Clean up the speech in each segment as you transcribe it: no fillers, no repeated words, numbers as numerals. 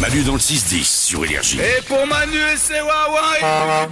Manu dans le 6-10 sur Énergie. Et pour Manu et ses Wawa.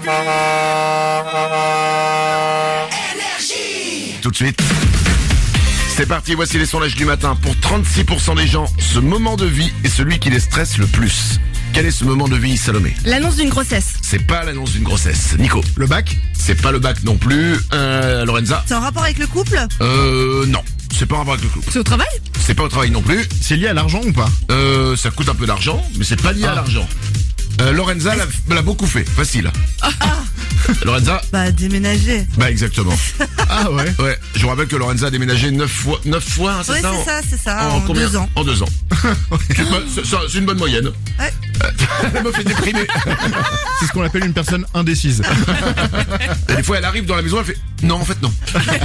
Tout de suite. C'est parti, voici les sondages du matin. Pour 36% des gens, ce moment de vie est celui qui les stresse le plus. Quel est ce moment de vie, Salomé? L'annonce d'une grossesse. C'est pas l'annonce d'une grossesse. Nico? Le bac? C'est pas le bac non plus. Lorenza? C'est en rapport avec le couple? Non. C'est pas un rapport avec le couple. C'est au travail? C'est pas au travail non plus. C'est lié à l'argent ou pas? Ça coûte un peu d'argent, mais c'est pas lié à l'argent. Lorenza l'a beaucoup fait. Facile. Lorenza? Bah, déménager. Bah, exactement. Ah ouais? Ouais. Je vous rappelle que Lorenza a déménagé 9 fois, hein, c'est Oui, ça? c'est ça, En combien? 2 ans. En 2 ans. C'est une bonne moyenne. Ouais. Elle me fait déprimer. C'est ce qu'on appelle une personne indécise. Et des fois, elle arrive dans la maison, elle fait non, en fait, non.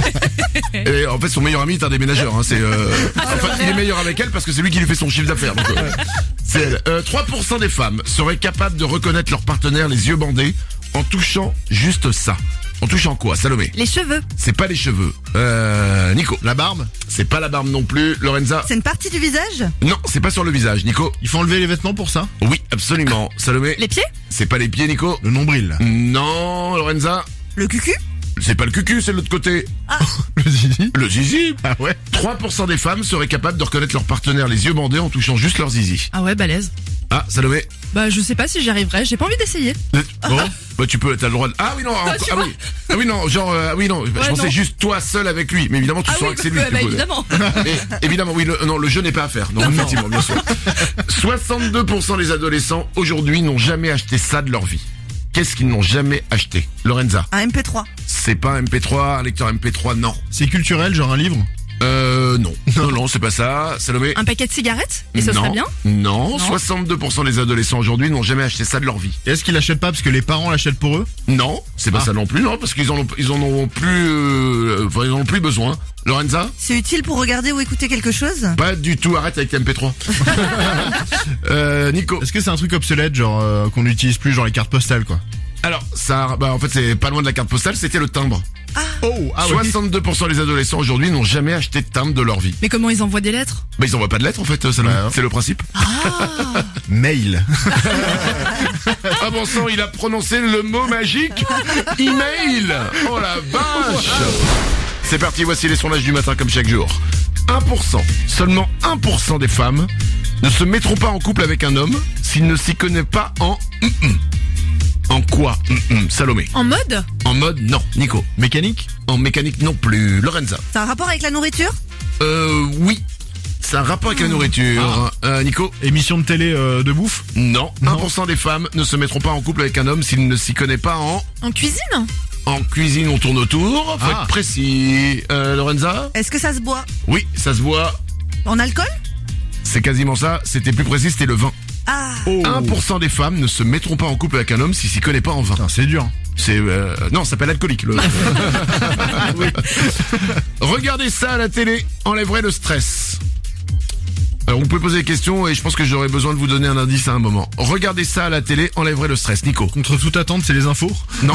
Et en fait, son meilleur ami est un déménageur. Hein, il est meilleur avec elle parce que c'est lui qui lui fait son chiffre d'affaires. Donc, c'est elle. 3% des femmes seraient capables de reconnaître leur partenaire les yeux bandés en touchant juste ça. En touchant quoi, Salomé? Les cheveux. C'est pas les cheveux. Nico? La barbe? C'est pas la barbe non plus. Lorenza? C'est une partie du visage? Non, c'est pas sur le visage. Nico? Il faut enlever les vêtements pour ça? Oui, absolument. Salomé? Les pieds? C'est pas les pieds, Nico? Le nombril. Non, Lorenza? Le cucu? C'est pas le cucu, c'est de l'autre côté. Le zizi? Le zizi? Ah ouais? 3% des femmes seraient capables de reconnaître leur partenaire les yeux bandés en touchant juste leur zizi. Ah ouais, balèze. Ah, Salomé? Bah, je sais pas si j'y arriverai, j'ai pas envie d'essayer. Bon, bah tu peux, t'as le droit de... Ah oui, non, oui, non, je pensais non. juste toi seul avec lui, mais évidemment tu sauras que c'est lui. bah, du coup. évidemment. Et, évidemment, oui, le jeu n'est pas à faire, non, effectivement, bien sûr. 62% des adolescents, aujourd'hui, n'ont jamais acheté ça de leur vie. Qu'est-ce qu'ils n'ont jamais acheté? Lorenza? Un MP3. C'est pas un MP3, un lecteur MP3, non. C'est culturel, genre un livre? Non. Non, c'est pas ça. Salomé? Un paquet de cigarettes? Et ce non. serait bien? Non, 62% des adolescents aujourd'hui n'ont jamais acheté ça de leur vie. Et est-ce qu'ils l'achètent pas parce que les parents l'achètent pour eux? Non, c'est pas ça non plus, non, parce qu'ils en ont plus besoin. Lorenza? C'est utile pour regarder ou écouter quelque chose? Pas du tout, arrête avec MP3. Nico? Est-ce que c'est un truc obsolète, genre qu'on n'utilise plus, genre les cartes postales quoi? Alors, ça, en fait, c'est pas loin de la carte postale, c'était le timbre. Oh, ah ouais. 62% des adolescents aujourd'hui n'ont jamais acheté de timbre de leur vie. Mais comment ils envoient des lettres? Bah, ils envoient pas de lettres, en fait, Salomé. Ouais. C'est le principe. Mail. Ah bon sang, il a prononcé le mot magique email. Oh la vache. C'est parti, voici les sondages du matin comme chaque jour. 1%, seulement 1% des femmes ne se mettront pas en couple avec un homme s'il ne s'y connaît pas en... En quoi? Salomé? En mode? En mode, non. Nico? Mécanique? En mécanique non plus. Lorenza? C'est un rapport avec la nourriture? Oui. C'est un rapport avec la nourriture. Nico? Émission de télé de bouffe? Non. Non. 1% des femmes ne se mettront pas en couple avec un homme s'il ne s'y connaît pas en... En cuisine? En cuisine, on tourne autour. Faut Ah. être précis. Lorenza? Est-ce que ça se boit? Oui, ça se voit. En alcool? C'est quasiment ça. C'était plus précis, c'était le vin. Ah. Oh. 1% des femmes ne se mettront pas en couple avec un homme s'il s'y connaît pas en vin. Putain, c'est dur. C'est non, ça s'appelle alcoolique. Oui. Regarder ça à la télé enlèverait le stress. Alors vous pouvez poser des questions et je pense que j'aurais besoin de vous donner un indice à un moment. Regarder ça à la télé enlèverait le stress. Nico? Contre toute attente, c'est les infos? Non,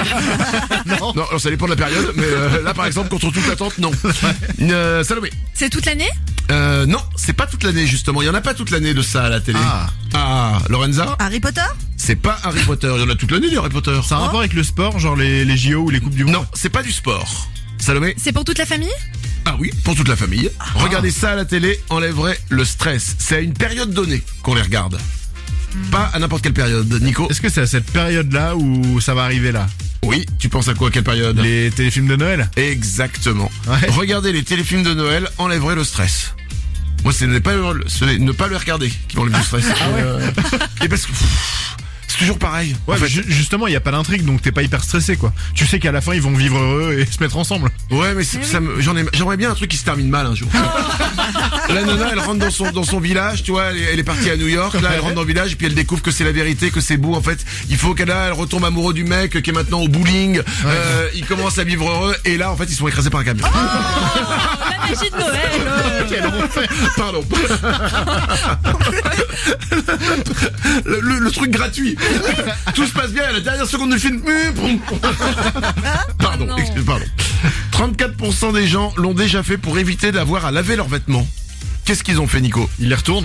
non, alors ça dépend de la période, mais là par exemple contre toute attente, non. Salomé? C'est toute l'année? Non, c'est pas toute l'année justement. Il y en a pas toute l'année de ça à la télé. Ah, Lorenza? Harry Potter? C'est pas Harry Potter. Il y en a toute l'année du Harry Potter. C'est un rapport avec le sport, genre les JO ou les Coupes du Monde? Non, c'est pas du sport. Salomé? C'est pour toute la famille? Ah oui, pour toute la famille. Regarder ça à la télé enlèverait le stress. C'est à une période donnée qu'on les regarde. Pas à n'importe quelle période. Nico? Est-ce que c'est à cette période-là où ça va arriver là? Oui, tu penses à quoi, à quelle période? Les téléfilms de Noël? Exactement. Ouais. Regarder les téléfilms de Noël enlèverait le stress. Moi, c'est ne pas le regarder qui m'enlève du stress. Et parce que c'est toujours pareil. Ouais, en fait. mais justement, il y a pas d'intrigue, donc t'es pas hyper stressé, quoi. Tu sais qu'à la fin, ils vont vivre heureux et se mettre ensemble. Ouais, mais j'aimerais bien un truc qui se termine mal un jour. La nana, elle rentre dans son village, tu vois, elle est partie à New York, là, elle rentre dans le village, et puis elle découvre que c'est la vérité, que c'est beau, en fait. Il faut qu'elle retombe amoureux du mec, qui est maintenant au bowling, ils commencent à vivre heureux, et là, en fait, ils sont écrasés par un camion. La magie de Noël! Quel enfer. Pardon. le truc gratuit. Tout se passe bien à la dernière seconde du film. Pardon, non. pardon. 34% des gens l'ont déjà fait pour éviter d'avoir à laver leurs vêtements. Qu'est-ce qu'ils ont fait, Nico? Il les retourne.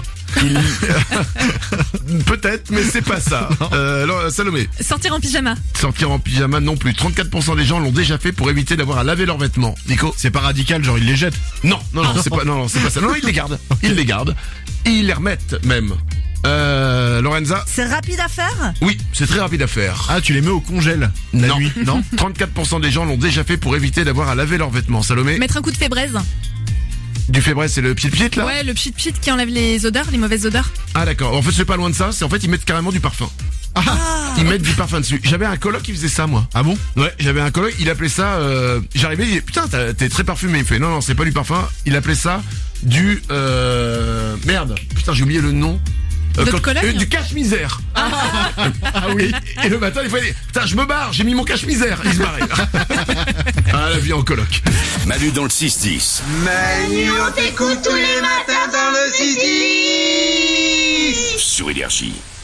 Peut-être, mais c'est pas ça. Alors, Salomé, Sortir en pyjama. sortir en pyjama non plus. 34% des gens l'ont déjà fait pour éviter d'avoir à laver leurs vêtements. Nico? C'est pas radical, genre il les jette. Non, c'est pas, non, c'est pas ça. Non, ils les gardent. Ils les gardent. Et ils les remettent, même. Lorenza? C'est rapide à faire? Oui, c'est très rapide à faire. Ah, tu les mets au congèle la Non. nuit, non? 34% des gens l'ont déjà fait pour éviter d'avoir à laver leurs vêtements. Salomé? Mettre un coup de fébraise. Du fébreze, c'est le pied là? Ouais, le pchit qui enlève les odeurs, les mauvaises odeurs. Ah d'accord, en fait c'est pas loin de ça, c'est en fait ils mettent carrément du parfum. Ils mettent du parfum dessus. J'avais un coloc qui faisait ça moi. Ah bon? Ouais, j'avais un coloc, il appelait ça, j'arrivais, il dit, putain t'es très parfumé, il me fait, non c'est pas du parfum, il appelait ça du, merde, putain j'ai oublié le nom. D'autres colocs du cache-misère. Ah oui. Et le matin, il faut dire, putain, je me barre, j'ai mis mon cache-misère. Il se barrait. Ah, la vie en coloc. Manu dans le 6-10. Manu, on t'écoute tous les matins dans le 6-10. Sur Énergie.